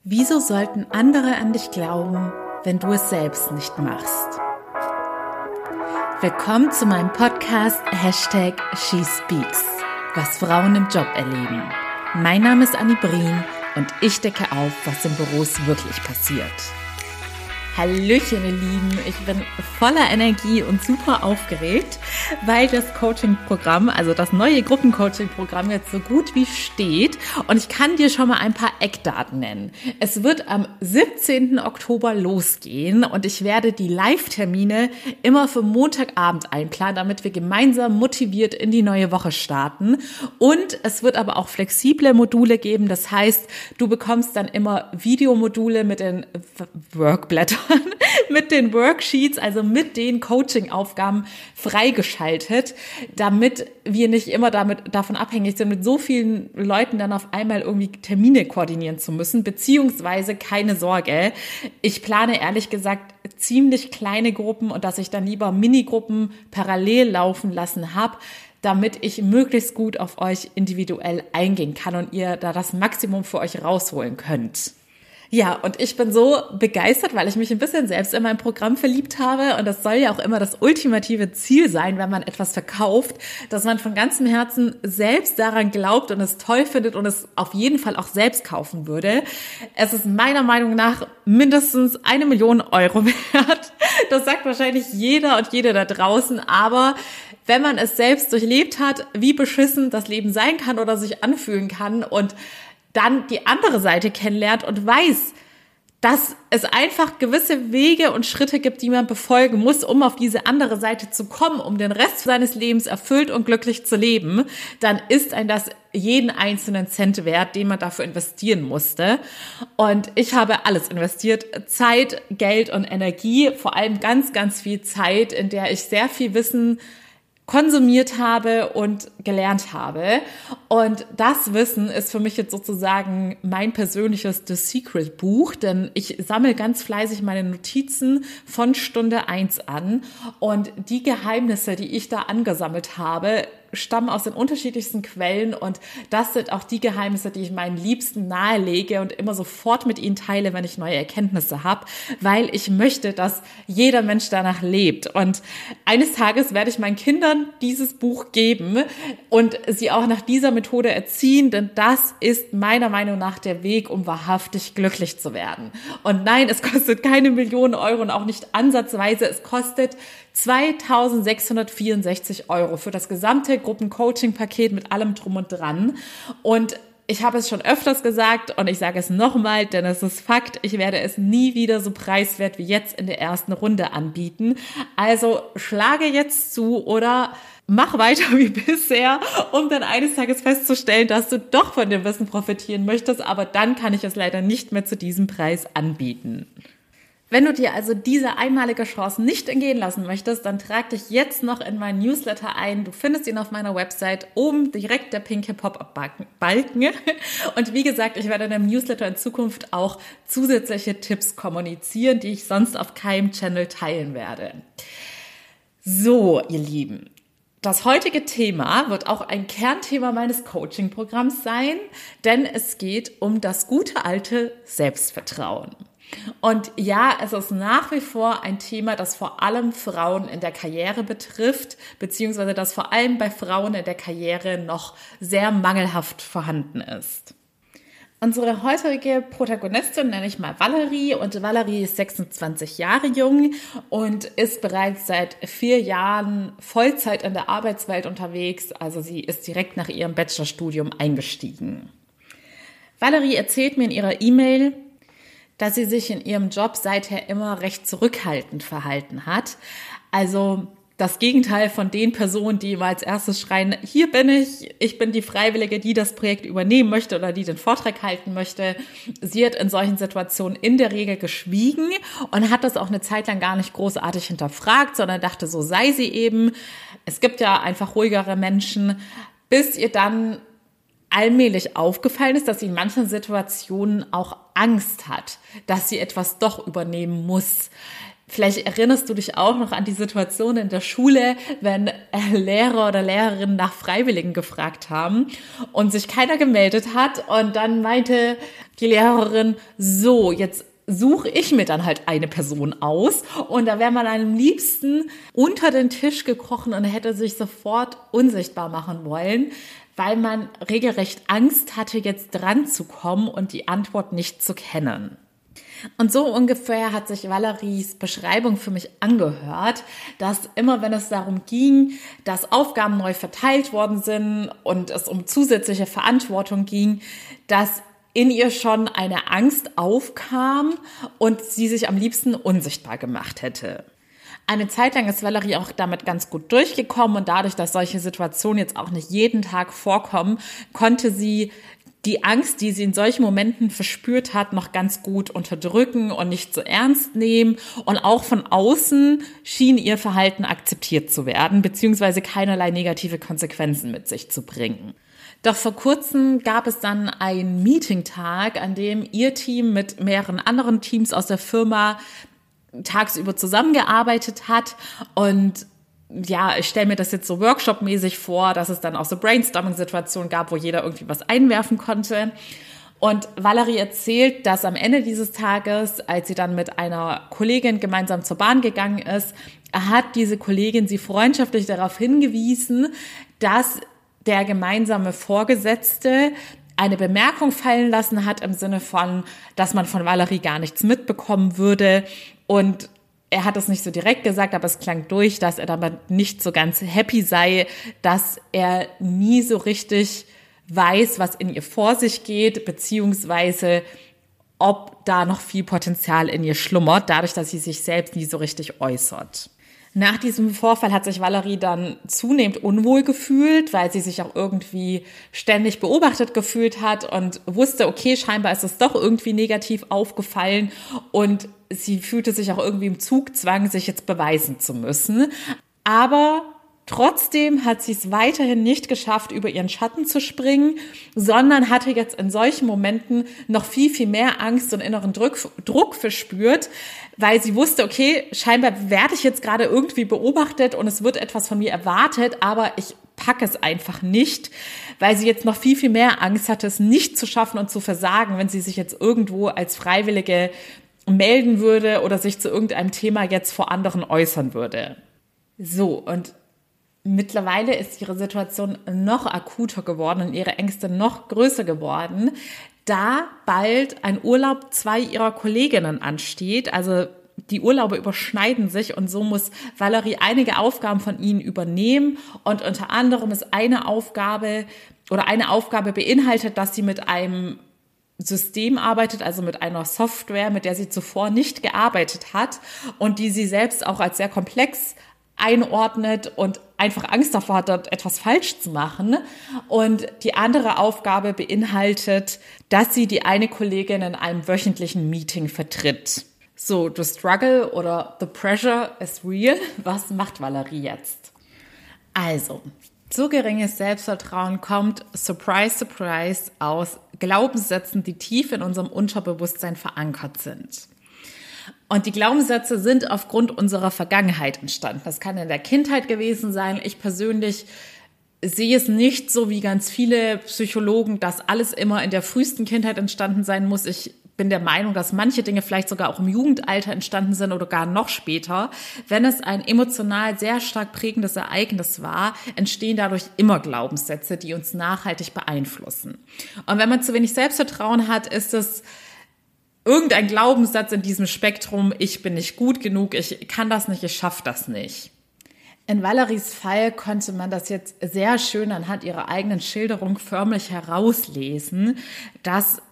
Wieso sollten andere an dich glauben, wenn du es selbst nicht machst? Willkommen zu meinem Podcast #SheSpeaks, was Frauen im Job erleben. Mein Name ist Annie Brien und ich decke auf, was in Büros wirklich passiert. Hallöchen, ihr Lieben, ich bin voller Energie und super aufgeregt, weil das Coaching-Programm, also das neue Gruppencoaching-Programm jetzt so gut wie steht und ich kann dir schon mal ein paar Eckdaten nennen. Es wird am 17. Oktober losgehen und ich werde die Live-Termine immer für Montagabend einplanen, damit wir gemeinsam motiviert in die neue Woche starten und es wird aber auch flexible Module geben, das heißt, du bekommst dann immer Videomodule mit den Workblättern, mit den Worksheets, also mit den Coaching-Aufgaben freigeschaltet, damit wir nicht immer davon abhängig sind, mit so vielen Leuten dann auf einmal irgendwie Termine koordinieren zu müssen, beziehungsweise keine Sorge, ich plane ehrlich gesagt ziemlich kleine Gruppen und dass ich dann lieber Minigruppen parallel laufen lassen habe, damit ich möglichst gut auf euch individuell eingehen kann und ihr da das Maximum für euch rausholen könnt. Ja, und ich bin so begeistert, weil ich mich ein bisschen selbst in mein Programm verliebt habe und das soll ja auch immer das ultimative Ziel sein, wenn man etwas verkauft, dass man von ganzem Herzen selbst daran glaubt und es toll findet und es auf jeden Fall auch selbst kaufen würde. Es ist meiner Meinung nach mindestens 1 Million Euro wert. Das sagt wahrscheinlich jeder und jede da draußen, aber wenn man es selbst durchlebt hat, wie beschissen das Leben sein kann oder sich anfühlen kann und dann die andere Seite kennenlernt und weiß, dass es einfach gewisse Wege und Schritte gibt, die man befolgen muss, um auf diese andere Seite zu kommen, um den Rest seines Lebens erfüllt und glücklich zu leben, dann ist ein das jeden einzelnen Cent wert, den man dafür investieren musste. Und ich habe alles investiert, Zeit, Geld und Energie, vor allem ganz, ganz viel Zeit, in der ich sehr viel Wissen konsumiert habe und gelernt habe. Und das Wissen ist für mich jetzt sozusagen mein persönliches The Secret Buch, denn ich sammle ganz fleißig meine Notizen von Stunde 1 an und die Geheimnisse, die ich da angesammelt habe, stammen aus den unterschiedlichsten Quellen und das sind auch die Geheimnisse, die ich meinen Liebsten nahelege und immer sofort mit ihnen teile, wenn ich neue Erkenntnisse habe, weil ich möchte, dass jeder Mensch danach lebt. Und eines Tages werde ich meinen Kindern dieses Buch geben und sie auch nach dieser Methode erziehen, denn das ist meiner Meinung nach der Weg, um wahrhaftig glücklich zu werden. Und nein, es kostet keine Millionen Euro und auch nicht ansatzweise, es kostet 2.664 Euro für das gesamte Gruppencoaching-Paket mit allem drum und dran. Und ich habe es schon öfters gesagt und ich sage es nochmal, denn es ist Fakt, ich werde es nie wieder so preiswert wie jetzt in der ersten Runde anbieten. Also schlage jetzt zu oder mach weiter wie bisher, um dann eines Tages festzustellen, dass du doch von dem Wissen profitieren möchtest, aber dann kann ich es leider nicht mehr zu diesem Preis anbieten. Wenn du dir also diese einmalige Chance nicht entgehen lassen möchtest, dann trag dich jetzt noch in meinen Newsletter ein. Du findest ihn auf meiner Website, oben direkt der pinke Pop-up-Balken. Und wie gesagt, ich werde in dem Newsletter in Zukunft auch zusätzliche Tipps kommunizieren, die ich sonst auf keinem Channel teilen werde. So, ihr Lieben. Das heutige Thema wird auch ein Kernthema meines Coaching-Programms sein, denn es geht um das gute alte Selbstvertrauen. Und ja, es ist nach wie vor ein Thema, das vor allem Frauen in der Karriere betrifft, beziehungsweise das vor allem bei Frauen in der Karriere noch sehr mangelhaft vorhanden ist. Unsere heutige Protagonistin nenne ich mal Valerie und Valerie ist 26 Jahre jung und ist bereits seit 4 Jahren Vollzeit in der Arbeitswelt unterwegs, also sie ist direkt nach ihrem Bachelorstudium eingestiegen. Valerie erzählt mir in ihrer E-Mail, dass sie sich in ihrem Job seither immer recht zurückhaltend verhalten hat. Also das Gegenteil von den Personen, die immer als erstes schreien, hier bin ich bin die Freiwillige, die das Projekt übernehmen möchte oder die den Vortrag halten möchte. Sie hat in solchen Situationen in der Regel geschwiegen und hat das auch eine Zeit lang gar nicht großartig hinterfragt, sondern dachte, so sei sie eben. Es gibt ja einfach ruhigere Menschen, bis ihr dann allmählich aufgefallen ist, dass sie in manchen Situationen auch Angst hat, dass sie etwas doch übernehmen muss. Vielleicht erinnerst du dich auch noch an die Situation in der Schule, wenn Lehrer oder Lehrerinnen nach Freiwilligen gefragt haben und sich keiner gemeldet hat und dann meinte die Lehrerin, so, jetzt suche ich mir dann halt eine Person aus und da wäre man am liebsten unter den Tisch gekrochen und hätte sich sofort unsichtbar machen wollen, weil man regelrecht Angst hatte, jetzt dran zu kommen und die Antwort nicht zu kennen. Und so ungefähr hat sich Valeries Beschreibung für mich angehört, dass immer wenn es darum ging, dass Aufgaben neu verteilt worden sind und es um zusätzliche Verantwortung ging, dass in ihr schon eine Angst aufkam und sie sich am liebsten unsichtbar gemacht hätte. Eine Zeit lang ist Valerie auch damit ganz gut durchgekommen und dadurch, dass solche Situationen jetzt auch nicht jeden Tag vorkommen, konnte sie die Angst, die sie in solchen Momenten verspürt hat, noch ganz gut unterdrücken und nicht so ernst nehmen. Und auch von außen schien ihr Verhalten akzeptiert zu werden, beziehungsweise keinerlei negative Konsequenzen mit sich zu bringen. Doch vor kurzem gab es dann einen Meeting-Tag, an dem ihr Team mit mehreren anderen Teams aus der Firma tagsüber zusammengearbeitet hat und ja, ich stelle mir das jetzt so workshopmäßig vor, dass es dann auch so Brainstorming-Situationen gab, wo jeder irgendwie was einwerfen konnte. Und Valerie erzählt, dass am Ende dieses Tages, als sie dann mit einer Kollegin gemeinsam zur Bahn gegangen ist, hat diese Kollegin sie freundschaftlich darauf hingewiesen, dass der gemeinsame Vorgesetzte eine Bemerkung fallen lassen hat im Sinne von, dass man von Valerie gar nichts mitbekommen würde. Und er hat es nicht so direkt gesagt, aber es klang durch, dass er damit nicht so ganz happy sei, dass er nie so richtig weiß, was in ihr vor sich geht, beziehungsweise ob da noch viel Potenzial in ihr schlummert, dadurch, dass sie sich selbst nie so richtig äußert. Nach diesem Vorfall hat sich Valerie dann zunehmend unwohl gefühlt, weil sie sich auch irgendwie ständig beobachtet gefühlt hat und wusste, okay, scheinbar ist es doch irgendwie negativ aufgefallen und sie fühlte sich auch irgendwie im Zugzwang, sich jetzt beweisen zu müssen. Aber trotzdem hat sie es weiterhin nicht geschafft, über ihren Schatten zu springen, sondern hatte jetzt in solchen Momenten noch viel, viel mehr Angst und inneren Druck verspürt, weil sie wusste, okay, scheinbar werde ich jetzt gerade irgendwie beobachtet und es wird etwas von mir erwartet, aber ich packe es einfach nicht, weil sie jetzt noch viel, viel mehr Angst hatte, es nicht zu schaffen und zu versagen, wenn sie sich jetzt irgendwo als Freiwillige melden würde oder sich zu irgendeinem Thema jetzt vor anderen äußern würde. So, und mittlerweile ist ihre Situation noch akuter geworden und ihre Ängste noch größer geworden, da bald ein Urlaub 2 ihrer Kolleginnen ansteht. Also die Urlaube überschneiden sich und so muss Valerie einige Aufgaben von ihnen übernehmen. Und unter anderem ist eine Aufgabe beinhaltet, dass sie mit einem System arbeitet, also mit einer Software, mit der sie zuvor nicht gearbeitet hat und die sie selbst auch als sehr komplex einordnet und einfach Angst davor hat, dort etwas falsch zu machen. Und die andere Aufgabe beinhaltet, dass sie die eine Kollegin in einem wöchentlichen Meeting vertritt. So, the struggle oder the pressure is real. Was macht Valerie jetzt? Also, zu geringes Selbstvertrauen kommt, surprise, surprise, aus Glaubenssätzen, die tief in unserem Unterbewusstsein verankert sind. Und die Glaubenssätze sind aufgrund unserer Vergangenheit entstanden. Das kann in der Kindheit gewesen sein. Ich persönlich sehe es nicht so wie ganz viele Psychologen, dass alles immer in der frühesten Kindheit entstanden sein muss. Ich bin der Meinung, dass manche Dinge vielleicht sogar auch im Jugendalter entstanden sind oder gar noch später. Wenn es ein emotional sehr stark prägendes Ereignis war, entstehen dadurch immer Glaubenssätze, die uns nachhaltig beeinflussen. Und wenn man zu wenig Selbstvertrauen hat, ist es irgendein Glaubenssatz in diesem Spektrum, ich bin nicht gut genug, ich kann das nicht, ich schaffe das nicht. In Valeries Fall konnte man das jetzt sehr schön anhand ihrer eigenen Schilderung förmlich herauslesen, dass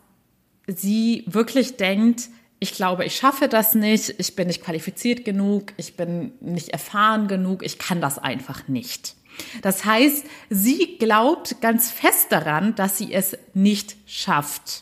sie wirklich denkt, ich glaube, ich schaffe das nicht, ich bin nicht qualifiziert genug, ich bin nicht erfahren genug, ich kann das einfach nicht. Das heißt, sie glaubt ganz fest daran, dass sie es nicht schafft.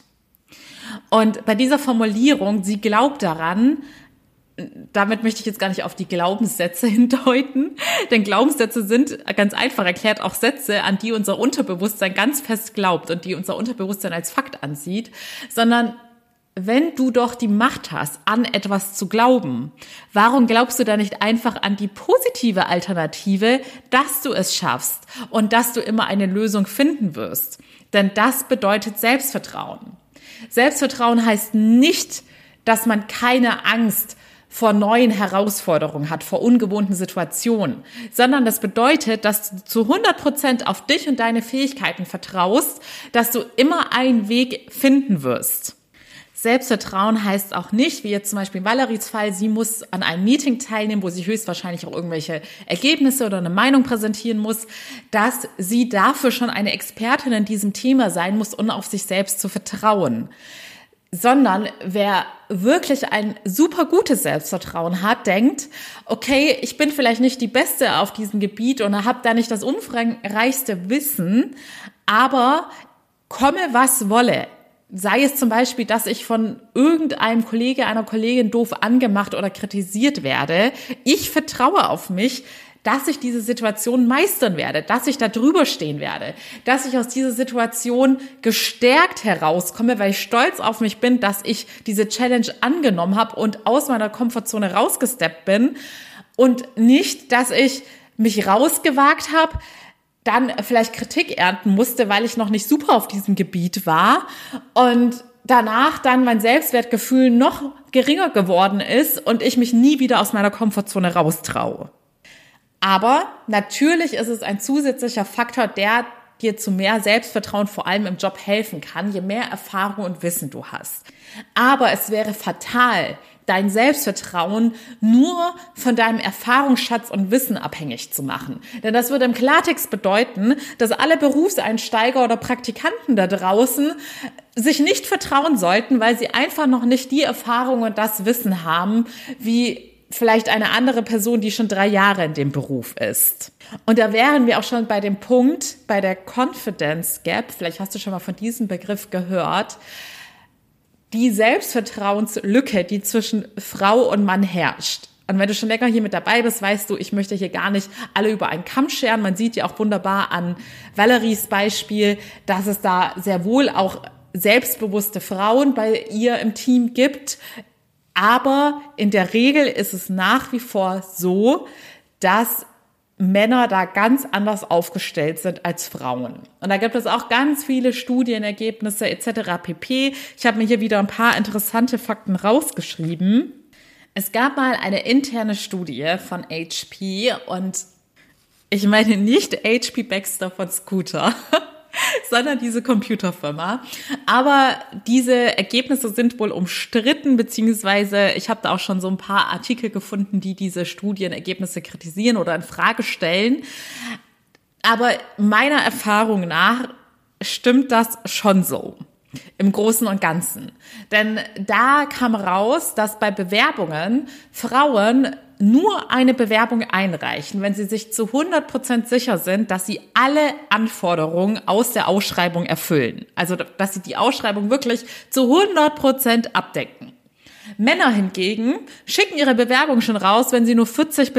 Und bei dieser Formulierung, sie glaubt daran, damit möchte ich jetzt gar nicht auf die Glaubenssätze hindeuten, denn Glaubenssätze sind ganz einfach erklärt auch Sätze, an die unser Unterbewusstsein ganz fest glaubt und die unser Unterbewusstsein als Fakt ansieht, sondern wenn du doch die Macht hast, an etwas zu glauben, warum glaubst du da nicht einfach an die positive Alternative, dass du es schaffst und dass du immer eine Lösung finden wirst? Denn das bedeutet Selbstvertrauen. Selbstvertrauen heißt nicht, dass man keine Angst vor neuen Herausforderungen hat, vor ungewohnten Situationen, sondern das bedeutet, dass du zu 100% auf dich und deine Fähigkeiten vertraust, dass du immer einen Weg finden wirst. Selbstvertrauen heißt auch nicht, wie jetzt zum Beispiel in Valeries Fall, sie muss an einem Meeting teilnehmen, wo sie höchstwahrscheinlich auch irgendwelche Ergebnisse oder eine Meinung präsentieren muss, dass sie dafür schon eine Expertin in diesem Thema sein muss, um auf sich selbst zu vertrauen. Sondern wer wirklich ein super gutes Selbstvertrauen hat, denkt, okay, ich bin vielleicht nicht die Beste auf diesem Gebiet und habe da nicht das umfangreichste Wissen, aber komme, was wolle. Sei es zum Beispiel, dass ich von irgendeinem Kollege, einer Kollegin doof angemacht oder kritisiert werde. Ich vertraue auf mich, dass ich diese Situation meistern werde, dass ich da drüber stehen werde, dass ich aus dieser Situation gestärkt herauskomme, weil ich stolz auf mich bin, dass ich diese Challenge angenommen habe und aus meiner Komfortzone rausgesteppt bin und nicht, dass ich mich rausgewagt habe, dann vielleicht Kritik ernten musste, weil ich noch nicht super auf diesem Gebiet war und danach dann mein Selbstwertgefühl noch geringer geworden ist und ich mich nie wieder aus meiner Komfortzone raustraue. Aber natürlich ist es ein zusätzlicher Faktor, der dir zu mehr Selbstvertrauen vor allem im Job helfen kann, je mehr Erfahrung und Wissen du hast. Aber es wäre fatal, dein Selbstvertrauen nur von deinem Erfahrungsschatz und Wissen abhängig zu machen. Denn das würde im Klartext bedeuten, dass alle Berufseinsteiger oder Praktikanten da draußen sich nicht vertrauen sollten, weil sie einfach noch nicht die Erfahrung und das Wissen haben, wie vielleicht eine andere Person, die schon 3 Jahre in dem Beruf ist. Und da wären wir auch schon bei dem Punkt, bei der Confidence Gap, vielleicht hast du schon mal von diesem Begriff gehört, die Selbstvertrauenslücke, die zwischen Frau und Mann herrscht. Und wenn du schon länger hier mit dabei bist, weißt du, ich möchte hier gar nicht alle über einen Kamm scheren. Man sieht ja auch wunderbar an Valeries Beispiel, dass es da sehr wohl auch selbstbewusste Frauen bei ihr im Team gibt. Aber in der Regel ist es nach wie vor so, dass Männer da ganz anders aufgestellt sind als Frauen. Und da gibt es auch ganz viele Studienergebnisse etc. pp. Ich habe mir hier wieder ein paar interessante Fakten rausgeschrieben. Es gab mal eine interne Studie von HP und ich meine nicht HP Baxter von Scooter, sondern diese Computerfirma. Aber diese Ergebnisse sind wohl umstritten, beziehungsweise ich habe da auch schon so ein paar Artikel gefunden, die diese Studienergebnisse kritisieren oder in Frage stellen. Aber meiner Erfahrung nach stimmt das schon so. Im Großen und Ganzen. Denn da kam raus, dass bei Bewerbungen Frauen nur eine Bewerbung einreichen, wenn sie sich zu 100% sicher sind, dass sie alle Anforderungen aus der Ausschreibung erfüllen. Also, dass sie die Ausschreibung wirklich zu 100% abdecken. Männer hingegen schicken ihre Bewerbung schon raus, wenn sie nur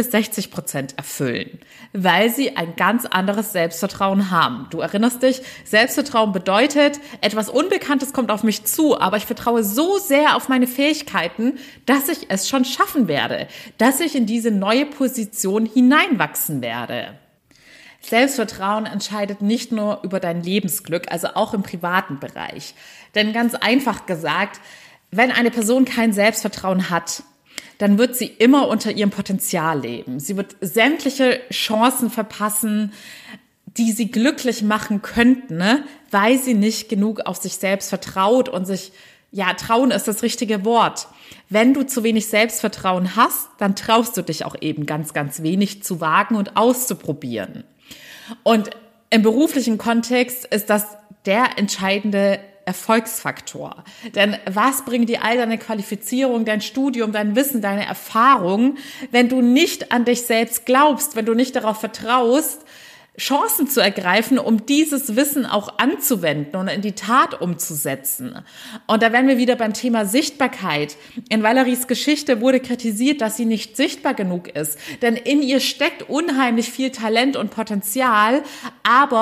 40-60% erfüllen, weil sie ein ganz anderes Selbstvertrauen haben. Du erinnerst dich, Selbstvertrauen bedeutet, etwas Unbekanntes kommt auf mich zu, aber ich vertraue so sehr auf meine Fähigkeiten, dass ich es schon schaffen werde, dass ich in diese neue Position hineinwachsen werde. Selbstvertrauen entscheidet nicht nur über dein Lebensglück, also auch im privaten Bereich. Denn ganz einfach gesagt, wenn eine Person kein Selbstvertrauen hat, dann wird sie immer unter ihrem Potenzial leben. Sie wird sämtliche Chancen verpassen, die sie glücklich machen könnten, ne? Weil sie nicht genug auf sich selbst vertraut und sich, ja, trauen ist das richtige Wort. Wenn du zu wenig Selbstvertrauen hast, dann traust du dich auch eben ganz, ganz wenig zu wagen und auszuprobieren. Und im beruflichen Kontext ist das der entscheidende Erfolgsfaktor. Denn was bringen dir all deine Qualifizierung, dein Studium, dein Wissen, deine Erfahrung, wenn du nicht an dich selbst glaubst, wenn du nicht darauf vertraust, Chancen zu ergreifen, um dieses Wissen auch anzuwenden und in die Tat umzusetzen. Und da wären wir wieder beim Thema Sichtbarkeit. In Valeries Geschichte wurde kritisiert, dass sie nicht sichtbar genug ist. Denn in ihr steckt unheimlich viel Talent und Potenzial, aber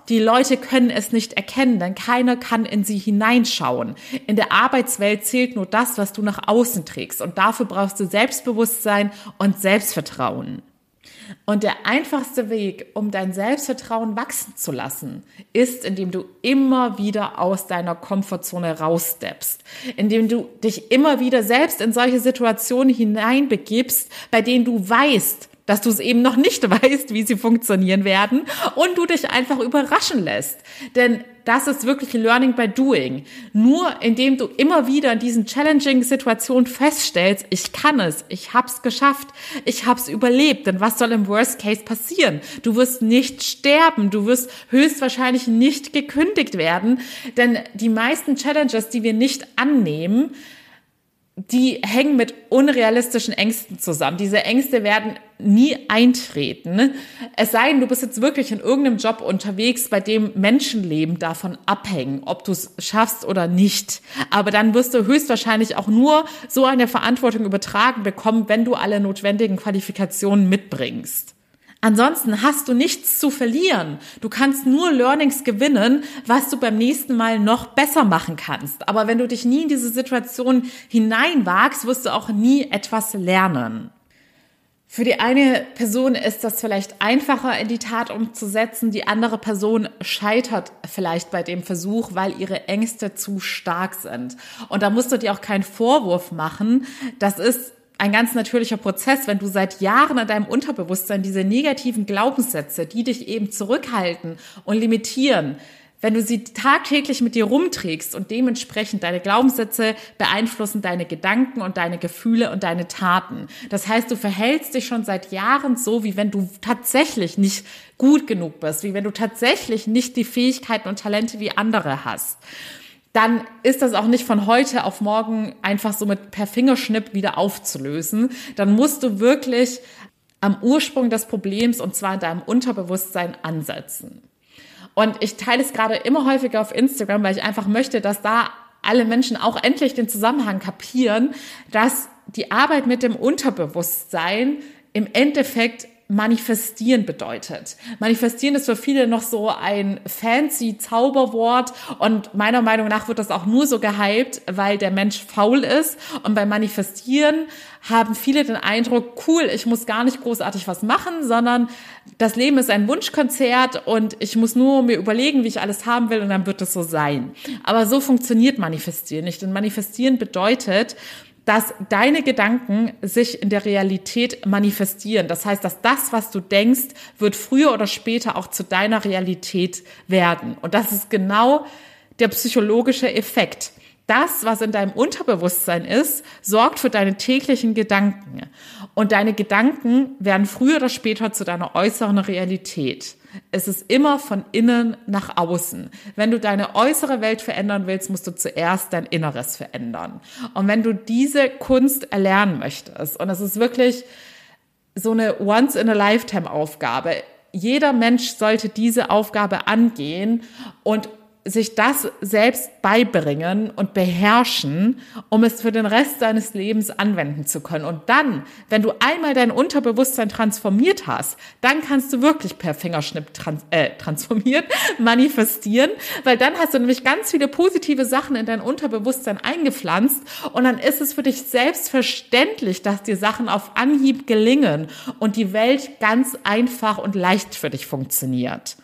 die Leute können es nicht erkennen, denn keiner kann in sie hineinschauen. In der Arbeitswelt zählt nur das, was du nach außen trägst. Und dafür brauchst du Selbstbewusstsein und Selbstvertrauen. Und der einfachste Weg, um dein Selbstvertrauen wachsen zu lassen, ist, indem du immer wieder aus deiner Komfortzone raussteppst, indem du dich immer wieder selbst in solche Situationen hineinbegibst, bei denen du weißt, dass du es eben noch nicht weißt, wie sie funktionieren werden und du dich einfach überraschen lässt. Denn das ist wirklich Learning by Doing. Nur indem du immer wieder in diesen challenging Situationen feststellst, ich kann es, ich hab's geschafft, ich hab's überlebt. Denn was soll im Worst Case passieren? Du wirst nicht sterben, du wirst höchstwahrscheinlich nicht gekündigt werden. Denn die meisten Challenges, die wir nicht annehmen, die hängen mit unrealistischen Ängsten zusammen. Diese Ängste werden nie eintreten. Es sei denn, du bist jetzt wirklich in irgendeinem Job unterwegs, bei dem Menschenleben davon abhängen, ob du es schaffst oder nicht. Aber dann wirst du höchstwahrscheinlich auch nur so eine Verantwortung übertragen bekommen, wenn du alle notwendigen Qualifikationen mitbringst. Ansonsten hast du nichts zu verlieren. Du kannst nur Learnings gewinnen, was du beim nächsten Mal noch besser machen kannst. Aber wenn du dich nie in diese Situation hineinwagst, wirst du auch nie etwas lernen. Für die eine Person ist das vielleicht einfacher in die Tat umzusetzen, die andere Person scheitert vielleicht bei dem Versuch, weil ihre Ängste zu stark sind. Und da musst du dir auch keinen Vorwurf machen. Das ist ein ganz natürlicher Prozess, wenn du seit Jahren in deinem Unterbewusstsein diese negativen Glaubenssätze, die dich eben zurückhalten und limitieren, wenn du sie tagtäglich mit dir rumträgst und dementsprechend deine Glaubenssätze beeinflussen deine Gedanken und deine Gefühle und deine Taten. Das heißt, du verhältst dich schon seit Jahren so, wie wenn du tatsächlich nicht gut genug bist, wie wenn du tatsächlich nicht die Fähigkeiten und Talente wie andere hast. Dann ist das auch nicht von heute auf morgen einfach so mit per Fingerschnipp wieder aufzulösen. Dann musst du wirklich am Ursprung des Problems, und zwar in deinem Unterbewusstsein, ansetzen. Und ich teile es gerade immer häufiger auf Instagram, weil ich einfach möchte, dass da alle Menschen auch endlich den Zusammenhang kapieren, dass die Arbeit mit dem Unterbewusstsein im Endeffekt manifestieren bedeutet. Manifestieren ist für viele noch so ein fancy Zauberwort und meiner Meinung nach wird das auch nur so gehypt, weil der Mensch faul ist. Und beim Manifestieren haben viele den Eindruck, cool, ich muss gar nicht großartig was machen, sondern das Leben ist ein Wunschkonzert und ich muss nur mir überlegen, wie ich alles haben will und dann wird es so sein. Aber so funktioniert Manifestieren nicht. Denn Manifestieren bedeutet, dass deine Gedanken sich in der Realität manifestieren. Das heißt, dass das, was du denkst, wird früher oder später auch zu deiner Realität werden. Und das ist genau der psychologische Effekt. Das, was in deinem Unterbewusstsein ist, sorgt für deine täglichen Gedanken. Und deine Gedanken werden früher oder später zu deiner äußeren Realität. Es ist immer von innen nach außen. Wenn du deine äußere Welt verändern willst, musst du zuerst dein Inneres verändern. Und wenn du diese Kunst erlernen möchtest, und es ist wirklich so eine Once-in-a-Lifetime-Aufgabe, jeder Mensch sollte diese Aufgabe angehen und sich das selbst beibringen und beherrschen, um es für den Rest seines Lebens anwenden zu können. Und dann, wenn du einmal dein Unterbewusstsein transformiert hast, dann kannst du wirklich per Fingerschnipp transformiert manifestieren, weil dann hast du nämlich ganz viele positive Sachen in dein Unterbewusstsein eingepflanzt und dann ist es für dich selbstverständlich, dass dir Sachen auf Anhieb gelingen und die Welt ganz einfach und leicht für dich funktioniert.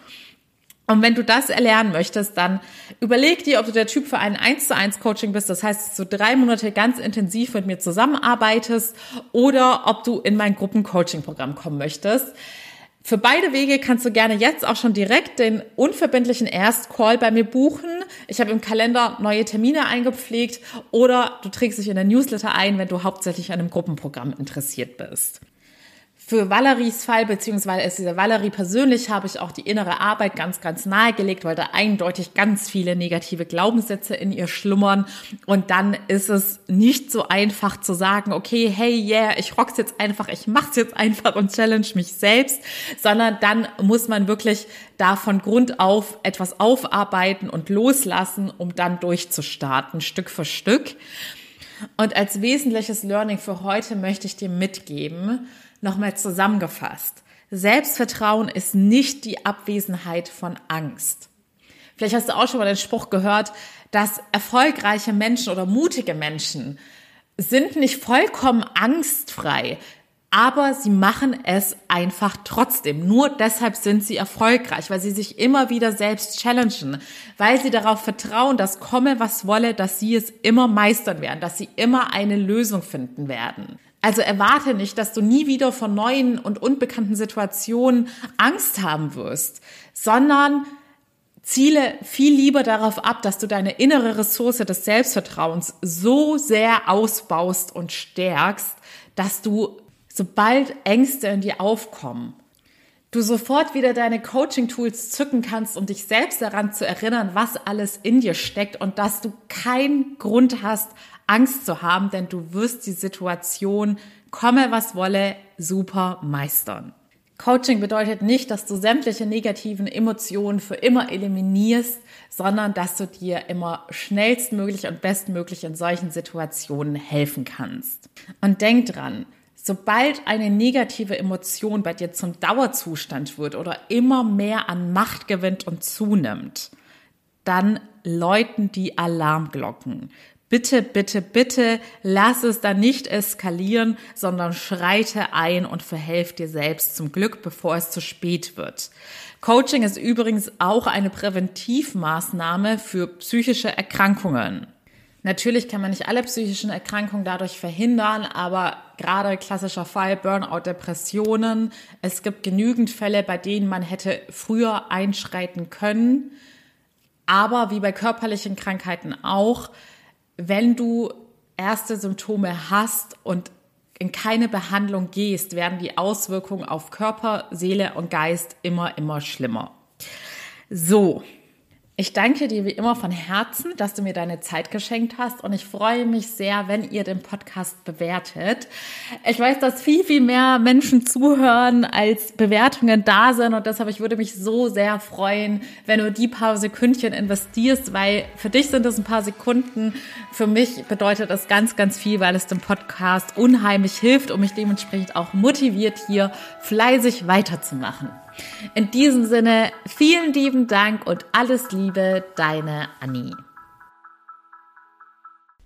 Und wenn du das erlernen möchtest, dann überleg dir, ob du der Typ für ein 1:1 Coaching bist. Das heißt, dass du 3 Monate ganz intensiv mit mir zusammenarbeitest oder ob du in mein Gruppencoaching-Programm kommen möchtest. Für beide Wege kannst du gerne jetzt auch schon direkt den unverbindlichen Erstcall bei mir buchen. Ich habe im Kalender neue Termine eingepflegt oder du trägst dich in der Newsletter ein, wenn du hauptsächlich an einem Gruppenprogramm interessiert bist. Für Valeries Fall, beziehungsweise Valerie persönlich, habe ich auch die innere Arbeit ganz, ganz nahegelegt, weil da eindeutig ganz viele negative Glaubenssätze in ihr schlummern. Und dann ist es nicht so einfach zu sagen, okay, hey, yeah, ich rock's jetzt einfach, ich mach's jetzt einfach und challenge mich selbst, sondern dann muss man wirklich da von Grund auf etwas aufarbeiten und loslassen, um dann durchzustarten, Stück für Stück. Und als wesentliches Learning für heute möchte ich dir mitgeben, nochmal zusammengefasst. Selbstvertrauen ist nicht die Abwesenheit von Angst. Vielleicht hast du auch schon mal den Spruch gehört, dass erfolgreiche Menschen oder mutige Menschen sind nicht vollkommen angstfrei, aber sie machen es einfach trotzdem. Nur deshalb sind sie erfolgreich, weil sie sich immer wieder selbst challengen, weil sie darauf vertrauen, dass komme, was wolle, dass sie es immer meistern werden, dass sie immer eine Lösung finden werden. Also erwarte nicht, dass du nie wieder vor neuen und unbekannten Situationen Angst haben wirst, sondern ziele viel lieber darauf ab, dass du deine innere Ressource des Selbstvertrauens so sehr ausbaust und stärkst, dass du, sobald Ängste in dir aufkommen, du sofort wieder deine Coaching-Tools zücken kannst, um dich selbst daran zu erinnern, was alles in dir steckt und dass du keinen Grund hast, Angst zu haben, denn du wirst die Situation, komme was wolle, super meistern. Coaching bedeutet nicht, dass du sämtliche negativen Emotionen für immer eliminierst, sondern dass du dir immer schnellstmöglich und bestmöglich in solchen Situationen helfen kannst. Und denk dran, sobald eine negative Emotion bei dir zum Dauerzustand wird oder immer mehr an Macht gewinnt und zunimmt, dann läuten die Alarmglocken. Bitte, bitte, bitte lass es dann nicht eskalieren, sondern schreite ein und verhelf dir selbst zum Glück, bevor es zu spät wird. Coaching ist übrigens auch eine Präventivmaßnahme für psychische Erkrankungen. Natürlich kann man nicht alle psychischen Erkrankungen dadurch verhindern, aber gerade klassischer Fall Burnout, Depressionen. Es gibt genügend Fälle, bei denen man hätte früher einschreiten können. Aber wie bei körperlichen Krankheiten auch, wenn du erste Symptome hast und in keine Behandlung gehst, werden die Auswirkungen auf Körper, Seele und Geist immer schlimmer. So, ich danke dir wie immer von Herzen, dass du mir deine Zeit geschenkt hast und ich freue mich sehr, wenn ihr den Podcast bewertet. Ich weiß, dass viel mehr Menschen zuhören, als Bewertungen da sind und deshalb, ich würde mich so sehr freuen, wenn du die paar Sekündchen investierst, weil für dich sind es ein paar Sekunden, für mich bedeutet das ganz viel, weil es dem Podcast unheimlich hilft und mich dementsprechend auch motiviert, hier fleißig weiterzumachen. In diesem Sinne, vielen lieben Dank und alles Liebe, deine Anni.